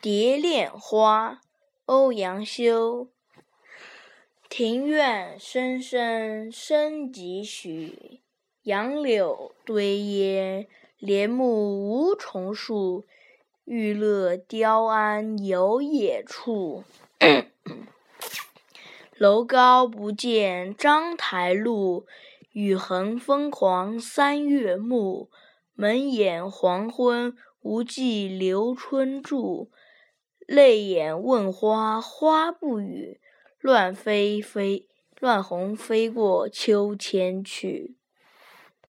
蝶恋花，欧阳修。庭院深深深几许，杨柳堆烟，帘幕无重数。玉勒雕鞍有野处，楼高不见章台路。雨横风狂三月暮，门掩黄昏无计留春住。泪眼问花花不语，乱红飞过秋千去。